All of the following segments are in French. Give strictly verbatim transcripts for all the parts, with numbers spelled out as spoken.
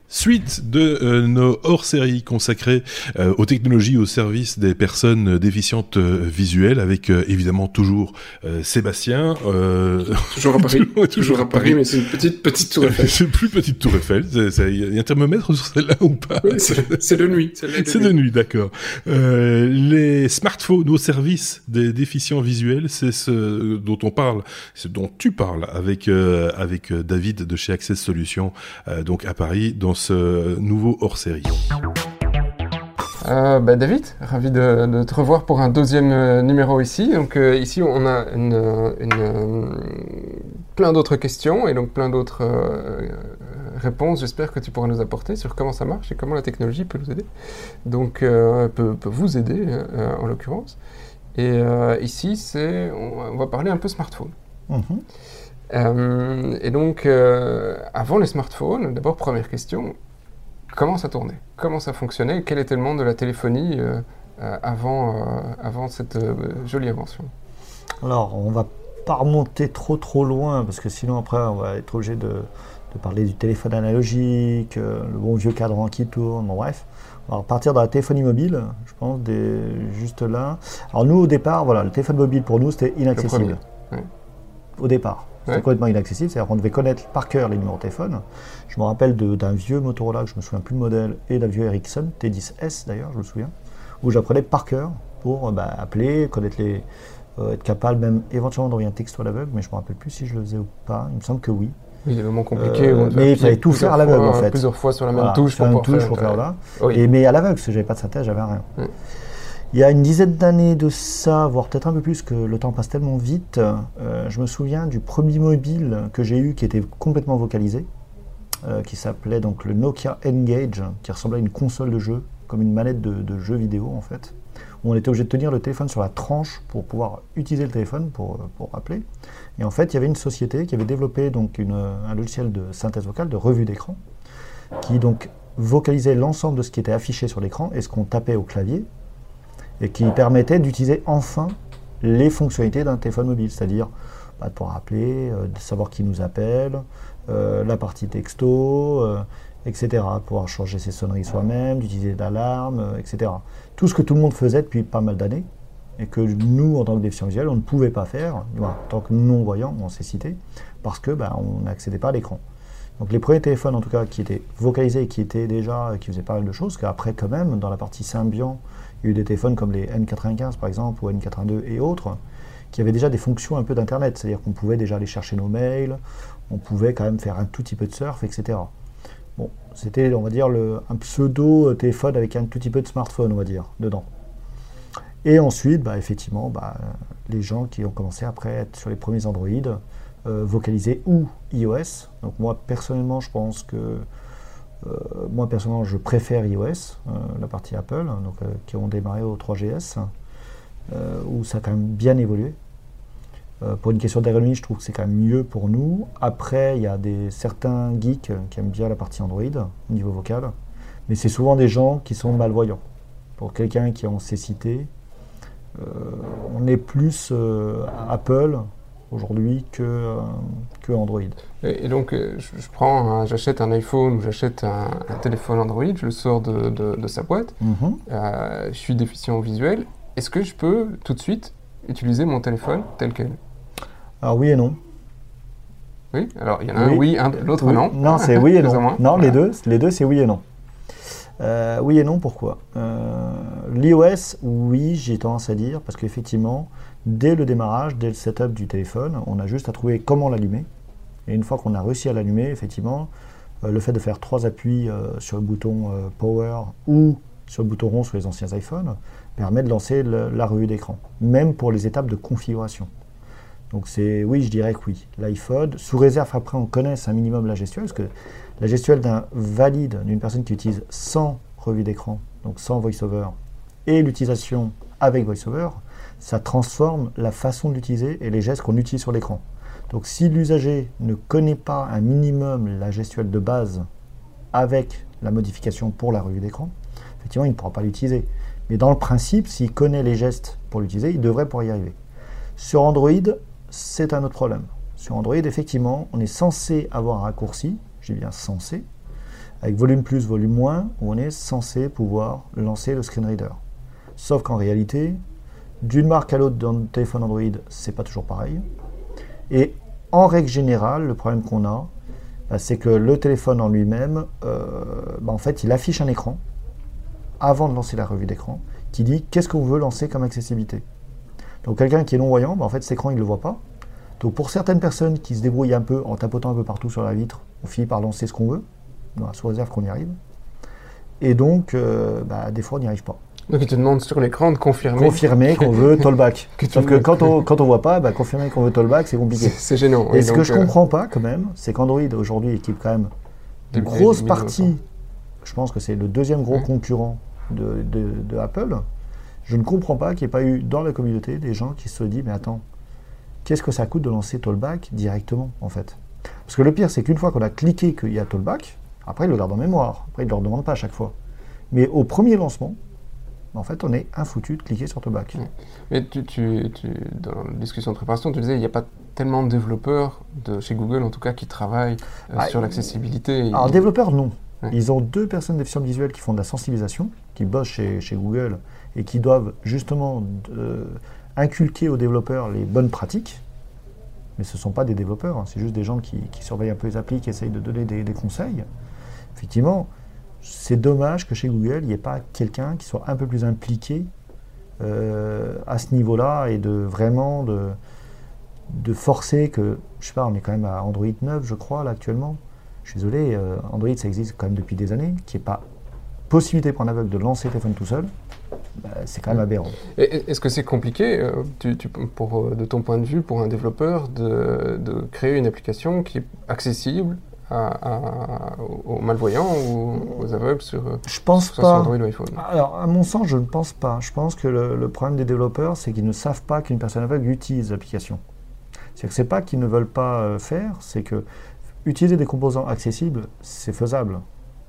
Suite de euh, nos hors-séries consacrées euh, aux technologies au service des personnes déficientes euh, visuelles, avec euh, évidemment toujours euh, Sébastien. Euh... Toujours à Paris. toujours, toujours à Paris, Paris, mais c'est une petite petite tour Eiffel. C'est plus petite tour Eiffel. Il y a un thermomètre sur celle-là ou pas? Oui, c'est, c'est de nuit. C'est, de, c'est nuit. de nuit, d'accord. Euh, les smartphones au service des déficients visuels, c'est ce dont on parle, ce dont tu parles avec euh, avec David de chez Access Solutions, euh, donc à Paris, dans ce nouveau hors-série. Euh, bah David, ravi de, de te revoir pour un deuxième euh, numéro ici. Donc euh, ici on a une, une, euh, plein d'autres questions et donc plein d'autres euh, réponses. J'espère que tu pourras nous apporter sur comment ça marche et comment la technologie peut nous aider. Donc euh, peut, peut vous aider euh, en l'occurrence. Et euh, ici c'est, on, on va parler un peu smartphone. Mm-hmm. Euh, et donc, euh, avant les smartphones, d'abord, première question, comment ça tournait? Comment ça fonctionnait? Quel était le monde de la téléphonie euh, euh, avant, euh, avant cette euh, jolie invention? Alors, on va pas remonter trop trop loin, parce que sinon après, on va être obligé de, de parler du téléphone analogique, euh, le bon vieux cadran qui tourne, bon bref. On va repartir dans la téléphonie mobile, je pense, des, juste là. Alors nous, au départ, voilà, le téléphone mobile, pour nous, c'était inaccessible. Oui. Au départ. C'était ouais. complètement inaccessible, c'est-à-dire qu'on devait connaître par cœur les numéros de téléphone. Je me rappelle de, d'un vieux Motorola, que je me souviens plus le modèle, et d'un vieux Ericsson, T dix S d'ailleurs, je me souviens, où j'apprenais par cœur pour bah, appeler, connaître les, euh, être capable même éventuellement d'envoyer un texto à l'aveugle, mais je me rappelle plus si je le faisais ou pas, il me semble que oui. Oui, il est vraiment compliqué. Euh, mais il fallait tout faire à l'aveugle fois, en fait. Plusieurs fois sur la même voilà, touche sur pour, une touche faire, pour faire euh, là. Oui. Et, mais à l'aveugle, parce que j'avais pas de synthèse, j'avais rien. Oui. Il y a une dizaine d'années de ça, voire peut-être un peu plus, que le temps passe tellement vite, euh, je me souviens du premier mobile que j'ai eu qui était complètement vocalisé, euh, qui s'appelait donc le Nokia N-Gage, qui ressemblait à une console de jeu, comme une manette de, de jeu vidéo en fait, où on était obligé de tenir le téléphone sur la tranche pour pouvoir utiliser le téléphone pour, pour appeler. Et en fait, il y avait une société qui avait développé donc une, un logiciel de synthèse vocale, de revue d'écran, qui donc vocalisait l'ensemble de ce qui était affiché sur l'écran et ce qu'on tapait au clavier, et qui permettait d'utiliser enfin les fonctionnalités d'un téléphone mobile, c'est-à-dire bah, de pouvoir appeler, euh, de savoir qui nous appelle, euh, la partie texto, euh, et cetera, pouvoir changer ses sonneries soi-même, d'utiliser l'alarme, euh, et cetera. Tout ce que tout le monde faisait depuis pas mal d'années, et que nous, en tant que déficients visuels, on ne pouvait pas faire, voilà, en tant que non-voyants, on s'est cité, parce que bah, on n'accédait pas à l'écran. Donc les premiers téléphones, en tout cas, qui étaient vocalisés et qui étaient déjà, qui faisaient pas mal de choses, qu'après quand même, dans la partie Symbian, il y a eu des téléphones comme les N quatre-vingt-quinze par exemple, ou N quatre-vingt-deux et autres, qui avaient déjà des fonctions un peu d'internet, c'est-à-dire qu'on pouvait déjà aller chercher nos mails, on pouvait quand même faire un tout petit peu de surf, et cetera. Bon, c'était, on va dire, le, un pseudo-téléphone avec un tout petit peu de smartphone, on va dire, dedans. Et ensuite, bah, effectivement, bah, les gens qui ont commencé après à être sur les premiers Android, euh, vocalisés ou iOS. Donc moi, personnellement, je pense que Euh, moi personnellement je préfère iOS, euh, la partie Apple, donc, euh, qui ont démarré au trois G S, euh, où ça a quand même bien évolué. Euh, pour une question d'ergonomie, je trouve que c'est quand même mieux pour nous. Après, il y a des, certains geeks qui aiment bien la partie Android, au niveau vocal, mais c'est souvent des gens qui sont malvoyants. Pour quelqu'un qui est en cécité, euh, on est plus euh, Apple aujourd'hui que, euh, que Android. Et, et donc, euh, je, je prends, un, j'achète un iPhone ou j'achète un, un téléphone Android, je le sors de, de, de sa boîte, mm-hmm. euh, je suis déficient visuel, est-ce que je peux tout de suite utiliser mon téléphone tel quel? Alors oui et non. Oui, alors il y en a oui. un oui, un, l'autre oui. non. Non, c'est oui et non. Non, voilà. les deux, les deux c'est oui et non. Euh, oui et non, pourquoi euh, l'iOS, oui, j'ai tendance à dire, parce qu'effectivement, dès le démarrage, dès le setup du téléphone, on a juste à trouver comment l'allumer. Et une fois qu'on a réussi à l'allumer, effectivement, euh, le fait de faire trois appuis euh, sur le bouton euh, Power ou sur le bouton rond sur les anciens iPhones permet de lancer le, la revue d'écran, même pour les étapes de configuration. Donc c'est oui, je dirais que oui. L'iPhone, sous réserve, après on connaisse un minimum la gestuelle, parce que la gestuelle d'un valide, d'une personne qui utilise sans revue d'écran, donc sans VoiceOver, et l'utilisation avec VoiceOver, ça transforme la façon d'utiliser et les gestes qu'on utilise sur l'écran. Donc si l'usager ne connaît pas un minimum la gestuelle de base avec la modification pour la revue d'écran, effectivement il ne pourra pas l'utiliser. Mais dans le principe, s'il connaît les gestes pour l'utiliser, il devrait pouvoir y arriver. Sur Android, c'est un autre problème. Sur Android, effectivement, on est censé avoir un raccourci, je dis bien censé, avec volume plus, volume moins, où on est censé pouvoir lancer le screen reader. Sauf qu'en réalité, d'une marque à l'autre dans le téléphone Android, c'est pas toujours pareil. Et en règle générale, le problème qu'on a, bah, c'est que le téléphone en lui-même, euh, bah, en fait, il affiche un écran avant de lancer la revue d'écran qui dit qu'est-ce qu'on veut lancer comme accessibilité. Donc quelqu'un qui est non-voyant, bah, en fait, cet écran, il ne le voit pas. Donc pour certaines personnes qui se débrouillent un peu en tapotant un peu partout sur la vitre, on finit par lancer ce qu'on veut, sous réserve qu'on y arrive. Et donc, euh, bah, des fois, on n'y arrive pas. Donc, il te demande sur l'écran de confirmer. Confirmer qu'on veut tollback. Sauf que quand on quand on voit pas, bah, confirmer qu'on veut tollback, c'est compliqué. C'est gênant. Et ce que je euh... comprends pas, quand même, c'est qu'Android, aujourd'hui, équipe quand même une grosse partie, je pense que c'est le deuxième gros mmh. concurrent de, de, de Apple. Je ne comprends pas qu'il n'y ait pas eu, dans la communauté, des gens qui se disent, mais attends, qu'est-ce que ça coûte de lancer tollback directement, en fait? Parce que le pire, c'est qu'une fois qu'on a cliqué qu'il y a tollback, après, il le garde en mémoire. Après, il ne le redemande pas à chaque fois. Mais au premier lancement, en fait, on est infoutu de cliquer sur tollback. Oui. Mais tu, tu, tu, dans la discussion de préparation, tu disais qu'il n'y a pas tellement de développeurs, de, chez Google en tout cas, qui travaillent euh, ah, sur l'accessibilité. Alors, et... développeurs, non. Oui. Ils ont deux personnes déficientes visuelles qui font de la sensibilisation, qui bossent chez, chez Google et qui doivent justement euh, inculquer aux développeurs les bonnes pratiques. Mais ce ne sont pas des développeurs, hein. C'est juste des gens qui, qui surveillent un peu les applis, qui essayent de donner des, des conseils. Effectivement, c'est dommage que chez Google, il n'y ait pas quelqu'un qui soit un peu plus impliqué euh, à ce niveau-là et de vraiment de, de forcer que, je sais pas, on est quand même à Android neuf, je crois, là, actuellement. Je suis désolé, euh, Android, ça existe quand même depuis des années, qu'il n'y ait pas possibilité pour un aveugle de lancer le téléphone tout seul. Bah, c'est quand même aberrant. Et est-ce que c'est compliqué, euh, tu, tu, pour, de ton point de vue, pour un développeur, de, de créer une application qui est accessible à, à, aux malvoyants ou aux aveugles sur, je pense sur pas. Android ou iPhone? Alors, à mon sens, je ne pense pas. Je pense que le, le problème des développeurs, c'est qu'ils ne savent pas qu'une personne aveugle utilise l'application. C'est-à-dire que c'est pas qu'ils ne veulent pas euh, faire, c'est que utiliser des composants accessibles, c'est faisable.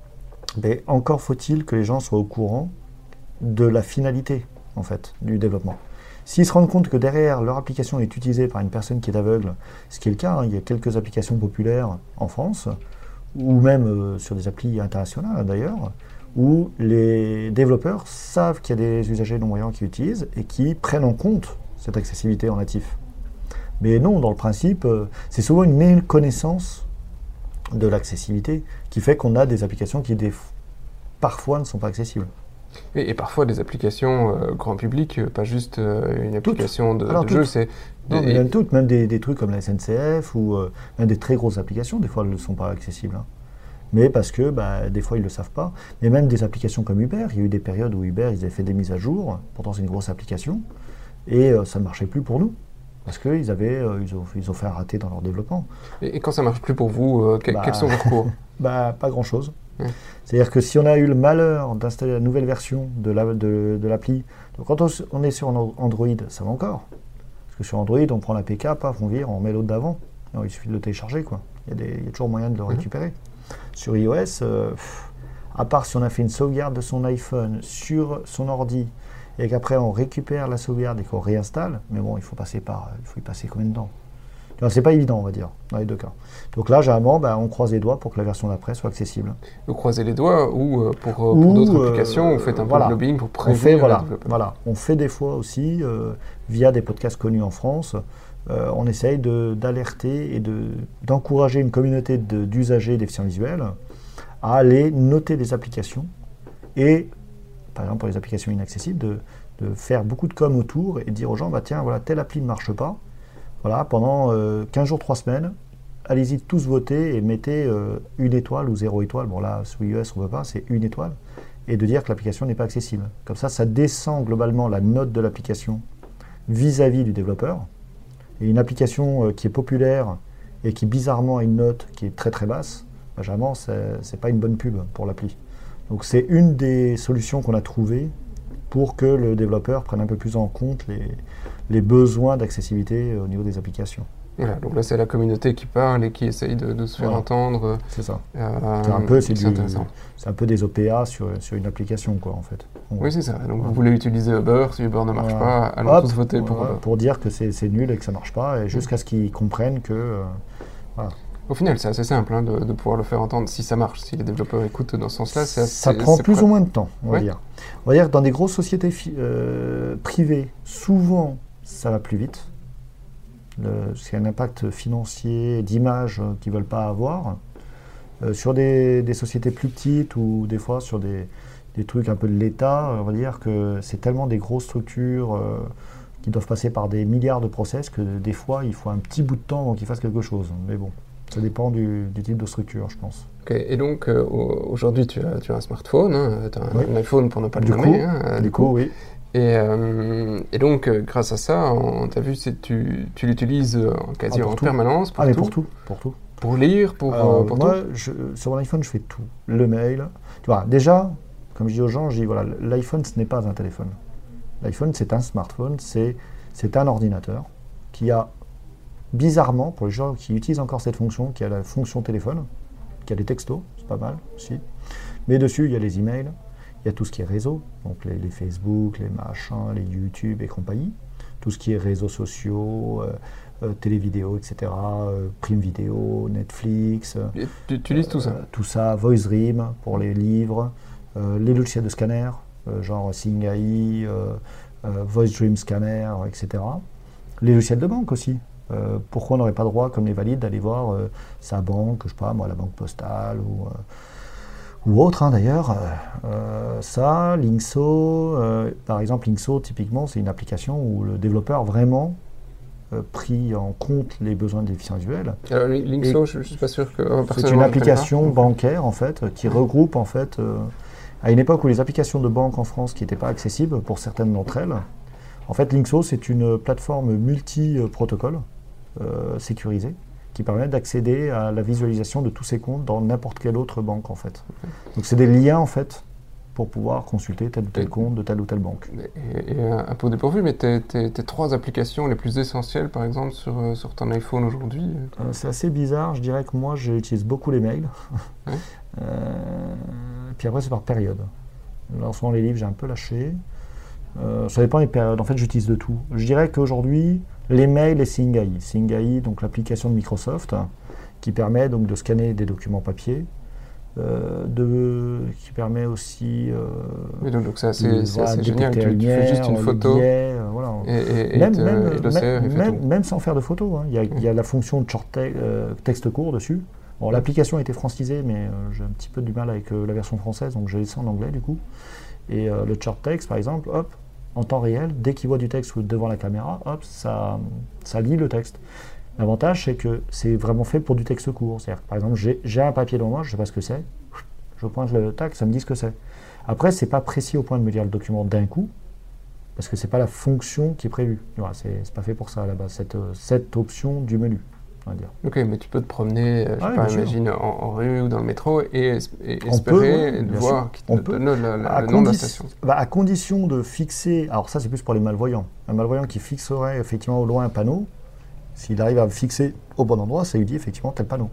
Mais encore faut-il que les gens soient au courant de la finalité, en fait, du développement. S'ils se rendent compte que derrière, leur application est utilisée par une personne qui est aveugle, ce qui est le cas, hein, il y a quelques applications populaires en France, ou même euh, sur des applis internationales d'ailleurs, où les développeurs savent qu'il y a des usagers non-voyants qui utilisent et qui prennent en compte cette accessibilité en natif. Mais non, dans le principe, euh, c'est souvent une méconnaissance de l'accessibilité qui fait qu'on a des applications qui des, parfois ne sont pas accessibles. Et, et parfois des applications euh, grand public, euh, pas juste euh, une application toutes. de, Alors, de jeu, c'est... Non, mais même toutes, même des, des trucs comme la S N C F ou euh, même des très grosses applications, des fois elles ne sont pas accessibles. Hein. Mais parce que bah, des fois ils ne le savent pas. Mais même des applications comme Uber, il y a eu des périodes où Uber ils avaient fait des mises à jour, pourtant c'est une grosse application, et euh, ça ne marchait plus pour nous. Parce qu'ils avaient, euh, ils, ont, ils ont fait un raté dans leur développement. Et, et quand ça ne marche plus pour vous, euh, que, bah, quels sont vos recours? Bah, pas grand-chose. Ouais. C'est-à-dire que si on a eu le malheur d'installer la nouvelle version de, la, de, de l'appli, donc quand on, on est sur Android, ça va encore. Parce que sur Android, on prend l'A P K, paf, on vire, on met l'autre d'avant. Non, il suffit de le télécharger, quoi. Il y a, des, il y a toujours moyen de le récupérer. Mmh. Sur iOS, euh, pff, à part si on a fait une sauvegarde de son iPhone sur son ordi, et qu'après on récupère la sauvegarde et qu'on réinstalle, mais bon, il faut passer par, il faut y passer combien de temps? C'est pas évident, on va dire, dans les deux cas. Donc là, généralement, bah, on croise les doigts pour que la version d'après soit accessible. Vous croisez les doigts ou euh, pour, pour ou, d'autres euh, applications, vous faites un voilà. peu de lobbying pour prévenir on fait, voilà, voilà. On fait des fois aussi, euh, via des podcasts connus en France, euh, on essaye de, d'alerter et de, d'encourager une communauté de, d'usagers déficients visuels à aller noter des applications et, par exemple pour les applications inaccessibles, de, de faire beaucoup de com autour et de dire aux gens, bah, tiens, voilà, telle appli ne marche pas. Voilà, pendant euh, quinze jours, trois semaines, allez-y tous voter et mettez euh, une étoile ou zéro étoile. Bon là, sous iOS, on ne veut pas, c'est une étoile. Et de dire que l'application n'est pas accessible. Comme ça, ça descend globalement la note de l'application vis-à-vis du développeur. Et une application euh, qui est populaire et qui bizarrement a une note qui est très très basse, bah, généralement, ce n'est pas une bonne pub pour l'appli. Donc c'est une des solutions qu'on a trouvées pour que le développeur prenne un peu plus en compte les, les besoins d'accessibilité au niveau des applications. Voilà, donc là c'est la communauté qui parle et qui essaye de, de se faire voilà. entendre. C'est ça. Euh, c'est, un peu, c'est, c'est, du, c'est un peu des O P A sur, sur une application, quoi, en fait. On, oui, c'est ça. Donc ouais. Vous voulez utiliser Uber, si Uber ne marche voilà. pas, allons Hop, tous voter pour voilà, Uber. Pour dire que c'est, c'est nul et que ça ne marche pas, et jusqu'à ce qu'ils comprennent que... Euh, voilà. Au final, c'est assez simple hein, de, de pouvoir le faire entendre si ça marche, si les développeurs écoutent dans ce sens-là. C'est assez, ça prend plus prêt. ou moins de temps, on ouais. va dire. On va dire que dans des grosses sociétés euh, privées, souvent, ça va plus vite. Parce qu'il y a un impact financier, d'image euh, qu'ils ne veulent pas avoir. Euh, sur des, des sociétés plus petites ou des fois sur des, des trucs un peu de l'État, on va dire que c'est tellement des grosses structures euh, qui doivent passer par des milliards de process que des fois, il faut un petit bout de temps avant qu'ils fassent quelque chose. Mais bon. Ça dépend du, du type de structure, je pense. Ok, et donc euh, aujourd'hui, tu as, tu as un smartphone, hein, tu as un, oui. un iPhone pour ne pas le du nommer. Coup, hein, du coup, coup, oui. Et, euh, et donc, euh, grâce à ça, tu as vu, tu, tu l'utilises en quasi ah, en tout. permanence pour ah, mais tout. pour tout, pour tout. Pour lire, pour, Alors, euh, pour moi, tout je, sur mon iPhone, je fais tout. Le mail. Tu vois, déjà, comme je dis aux gens, je dis voilà, l'iPhone, ce n'est pas un téléphone. L'iPhone, c'est un smartphone, c'est, c'est un ordinateur qui a bizarrement, pour les gens qui utilisent encore cette fonction, qui a la fonction téléphone, qui a des textos, c'est pas mal aussi. Mais dessus, il y a les emails, il y a tout ce qui est réseau, donc les, les Facebook, les machins, les YouTube et compagnie, tout ce qui est réseaux sociaux, euh, euh, télévidéo, et cetera, euh, Prime Vidéo, Netflix. Et tu utilises euh, tout ça Tout ça, VoiceDream pour les livres, euh, les logiciels de scanner, euh, genre Singai, euh, euh, VoiceDream Scanner, et cetera. Les logiciels de banque aussi. Euh, pourquoi on n'aurait pas droit, comme les valides, d'aller voir euh, sa banque, je sais pas, moi, la banque postale ou, euh, ou autre hein, d'ailleurs. Euh, ça, Linkso, euh, par exemple, Linkso, typiquement, c'est une application où le développeur vraiment euh, pris en compte les besoins des déficients visuels. Alors, Linkso, je ne suis pas sûr que. Euh, c'est une application bancaire en fait qui regroupe en fait euh, à une époque où les applications de banque en France qui n'étaient pas accessibles pour certaines d'entre elles. En fait, Linkso, c'est une plateforme multi-protocole. Euh, sécurisé, qui permet d'accéder à la visualisation de tous ces comptes dans n'importe quelle autre banque en fait. Okay. Donc c'est des liens en fait pour pouvoir consulter tel ou tel et, compte de telle ou telle banque. Et, et un peu dépourvu, mais tes, tes, tes trois applications les plus essentielles par exemple sur, sur ton iPhone aujourd'hui euh, C'est assez bizarre, je dirais que moi j'utilise beaucoup les mails. Ouais. euh, puis après c'est par période. En ce moment les livres j'ai un peu lâché. Euh, ça dépend des périodes, en fait j'utilise de tout. Je dirais qu'aujourd'hui les mails et Singai. Singai, donc l'application de Microsoft, qui permet donc de scanner des documents papier, euh, de, qui permet aussi. Euh, oui, donc, donc c'est assez, c'est assez génial. Tu, tu fais juste une photo. Biais, euh, voilà. Et, et, même, et, même, et même, même, même sans faire de photo. Hein. Il, y a, mmh. il y a la fonction de short te euh, texte court dessus. Bon, mmh. l'application a été francisée, mais euh, j'ai un petit peu du mal avec euh, la version française, donc j'ai laissé en anglais du coup. Et euh, le short text, par exemple, hop. En temps réel, dès qu'il voit du texte devant la caméra, hop, ça, ça lit le texte. L'avantage, c'est que c'est vraiment fait pour du texte court. C'est-à-dire que, par exemple, j'ai, j'ai un papier devant moi, je ne sais pas ce que c'est, je pointe le tac, ça me dit ce que c'est. Après, ce n'est pas précis au point de me lire le document d'un coup, parce que ce n'est pas la fonction qui est prévue. Voilà, ce n'est pas fait pour ça, là-bas, cette, cette option du menu. On va dire. Ok, mais tu peux te promener, je ah, sais pas, imagine, en, en rue ou dans le métro et, et espérer peut, ouais, voir qui te donne le, le, le nom de la station. Bah, à condition de fixer, alors ça c'est plus pour les malvoyants, un malvoyant qui fixerait effectivement au loin un panneau, s'il arrive à le fixer au bon endroit, ça lui dit effectivement tel panneau.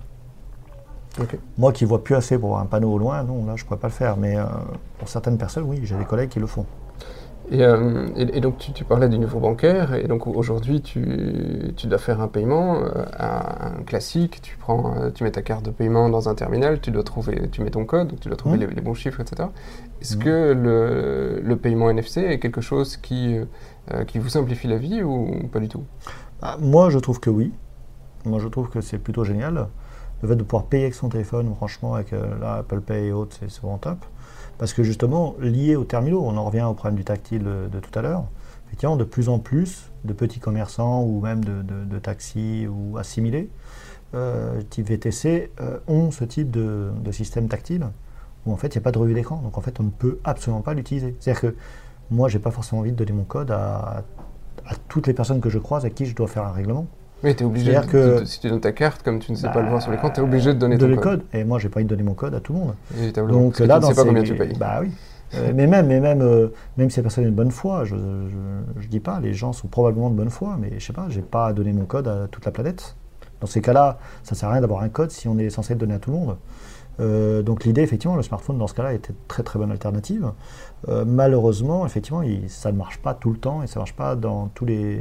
Okay. Moi qui vois plus assez pour voir un panneau au loin, non, là je ne pourrais pas le faire, mais euh, pour certaines personnes, oui, j'ai des collègues qui le font. Et, euh, et, et donc tu, tu parlais du niveau bancaire, et donc aujourd'hui tu, tu dois faire un paiement, euh, un classique, tu, prends, tu mets ta carte de paiement dans un terminal, tu, dois trouver, tu mets ton code, donc tu dois trouver mmh. les, les bons chiffres, et cetera. Est-ce mmh. que le, le paiement N F C est quelque chose qui, euh, qui vous simplifie la vie ou pas du tout? Ah, moi je trouve que oui, moi je trouve que c'est plutôt génial. Le fait de pouvoir payer avec son téléphone, franchement, avec euh, là, Apple Pay et autres, c'est, c'est vraiment top. Parce que justement, lié aux terminaux, on en revient au problème du tactile de, de tout à l'heure, effectivement, de plus en plus de petits commerçants ou même de, de, de taxis ou assimilés, euh, type V T C, euh, ont ce type de, de système tactile où en fait, il n'y a pas de revue d'écran. Donc en fait, on ne peut absolument pas l'utiliser. C'est-à-dire que moi, je n'ai pas forcément envie de donner mon code à, à toutes les personnes que je croise à qui je dois faire un règlement. Oui, tu es obligé, de, que, de, si tu donnes ta carte, comme tu ne sais bah, pas le voir sur l'écran, tu es obligé de donner ton code. code. Et moi, j'ai pas envie de donner mon code à tout le monde. Donc parce là, tu ne sais pas combien tu payes. Bah oui. euh, mais même, mais même, euh, même si la personne est de bonne foi, je ne dis pas, les gens sont probablement de bonne foi, mais je sais pas, j'ai pas à donner mon code à toute la planète. Dans ces cas-là, ça ne sert à rien d'avoir un code si on est censé le donner à tout le monde. Euh, donc l'idée, effectivement, le smartphone, dans ce cas-là, était très très bonne alternative. Euh, malheureusement, effectivement, il, ça ne marche pas tout le temps et ça ne marche pas dans tous les...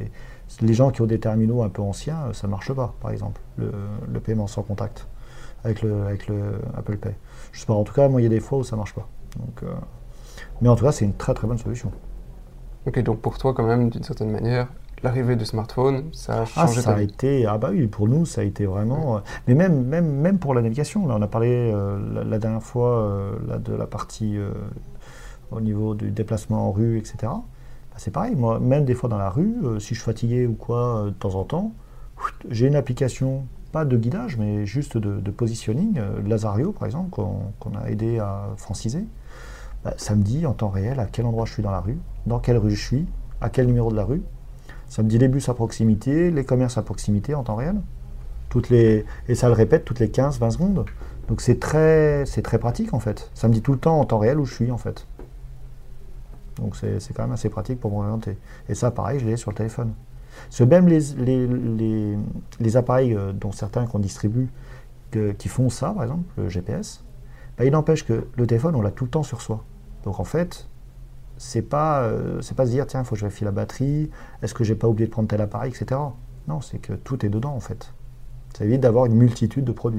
Les gens qui ont des terminaux un peu anciens, ça ne marche pas, par exemple, le, le paiement sans contact avec le, avec le Apple Pay. Je sais pas, en tout cas, moi, il y a des fois où ça ne marche pas. Donc, euh, mais en tout cas, c'est une très très bonne solution. Ok, donc pour toi, quand même, d'une certaine manière, l'arrivée du smartphone, ça a changé ah, ça ta a vie. été, ah bah oui, pour nous, ça a été vraiment... Ouais. Mais même, même, même pour la navigation, là, on a parlé euh, la, la dernière fois euh, là, de la partie euh, au niveau du déplacement en rue, et cetera. Bah, c'est pareil, moi, même des fois dans la rue, euh, si je suis fatigué ou quoi, euh, de temps en temps, j'ai une application, pas de guidage, mais juste de, de positioning, euh, Lazario par exemple, qu'on, qu'on a aidé à franciser. Bah, ça me dit en temps réel à quel endroit je suis dans la rue, dans quelle rue je suis, à quel numéro de la rue. Ça me dit les bus à proximité, les commerces à proximité en temps réel. Toutes les, et ça le répète toutes les quinze à vingt secondes. Donc c'est très, c'est très pratique en fait. Ça me dit tout le temps en temps réel où je suis en fait. Donc c'est, c'est quand même assez pratique pour m'orienter. Et ça pareil, je l'ai sur le téléphone. Parce que même les, les, les, les appareils dont certains qu'on distribue que, qui font ça, par exemple, le G P S, bah, il n'empêche que le téléphone, on l'a tout le temps sur soi. Donc en fait, c'est pas, euh, c'est pas se dire, tiens, il faut que je vérifie la batterie, est-ce que j'ai pas oublié de prendre tel appareil, et cetera. Non, c'est que tout est dedans en fait. Ça évite d'avoir une multitude de produits.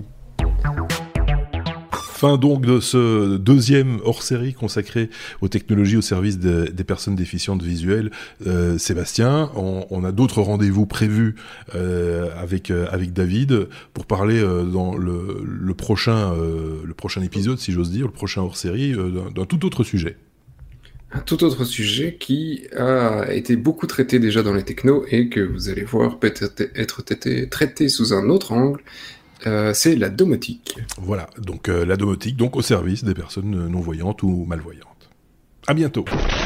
Fin donc de ce deuxième hors-série consacré aux technologies au service de, des personnes déficientes visuelles. Euh, Sébastien, on, on a d'autres rendez-vous prévus euh, avec euh, avec David pour parler euh, dans le, le prochain euh, le prochain épisode, si j'ose dire, le prochain hors-série euh, d'un, d'un tout autre sujet. Un tout autre sujet qui a été beaucoup traité déjà dans les technos et que vous allez voir peut être être traité sous un autre angle. Euh, c'est la domotique. Voilà, donc euh, la domotique, donc au service des personnes non-voyantes ou malvoyantes. À bientôt.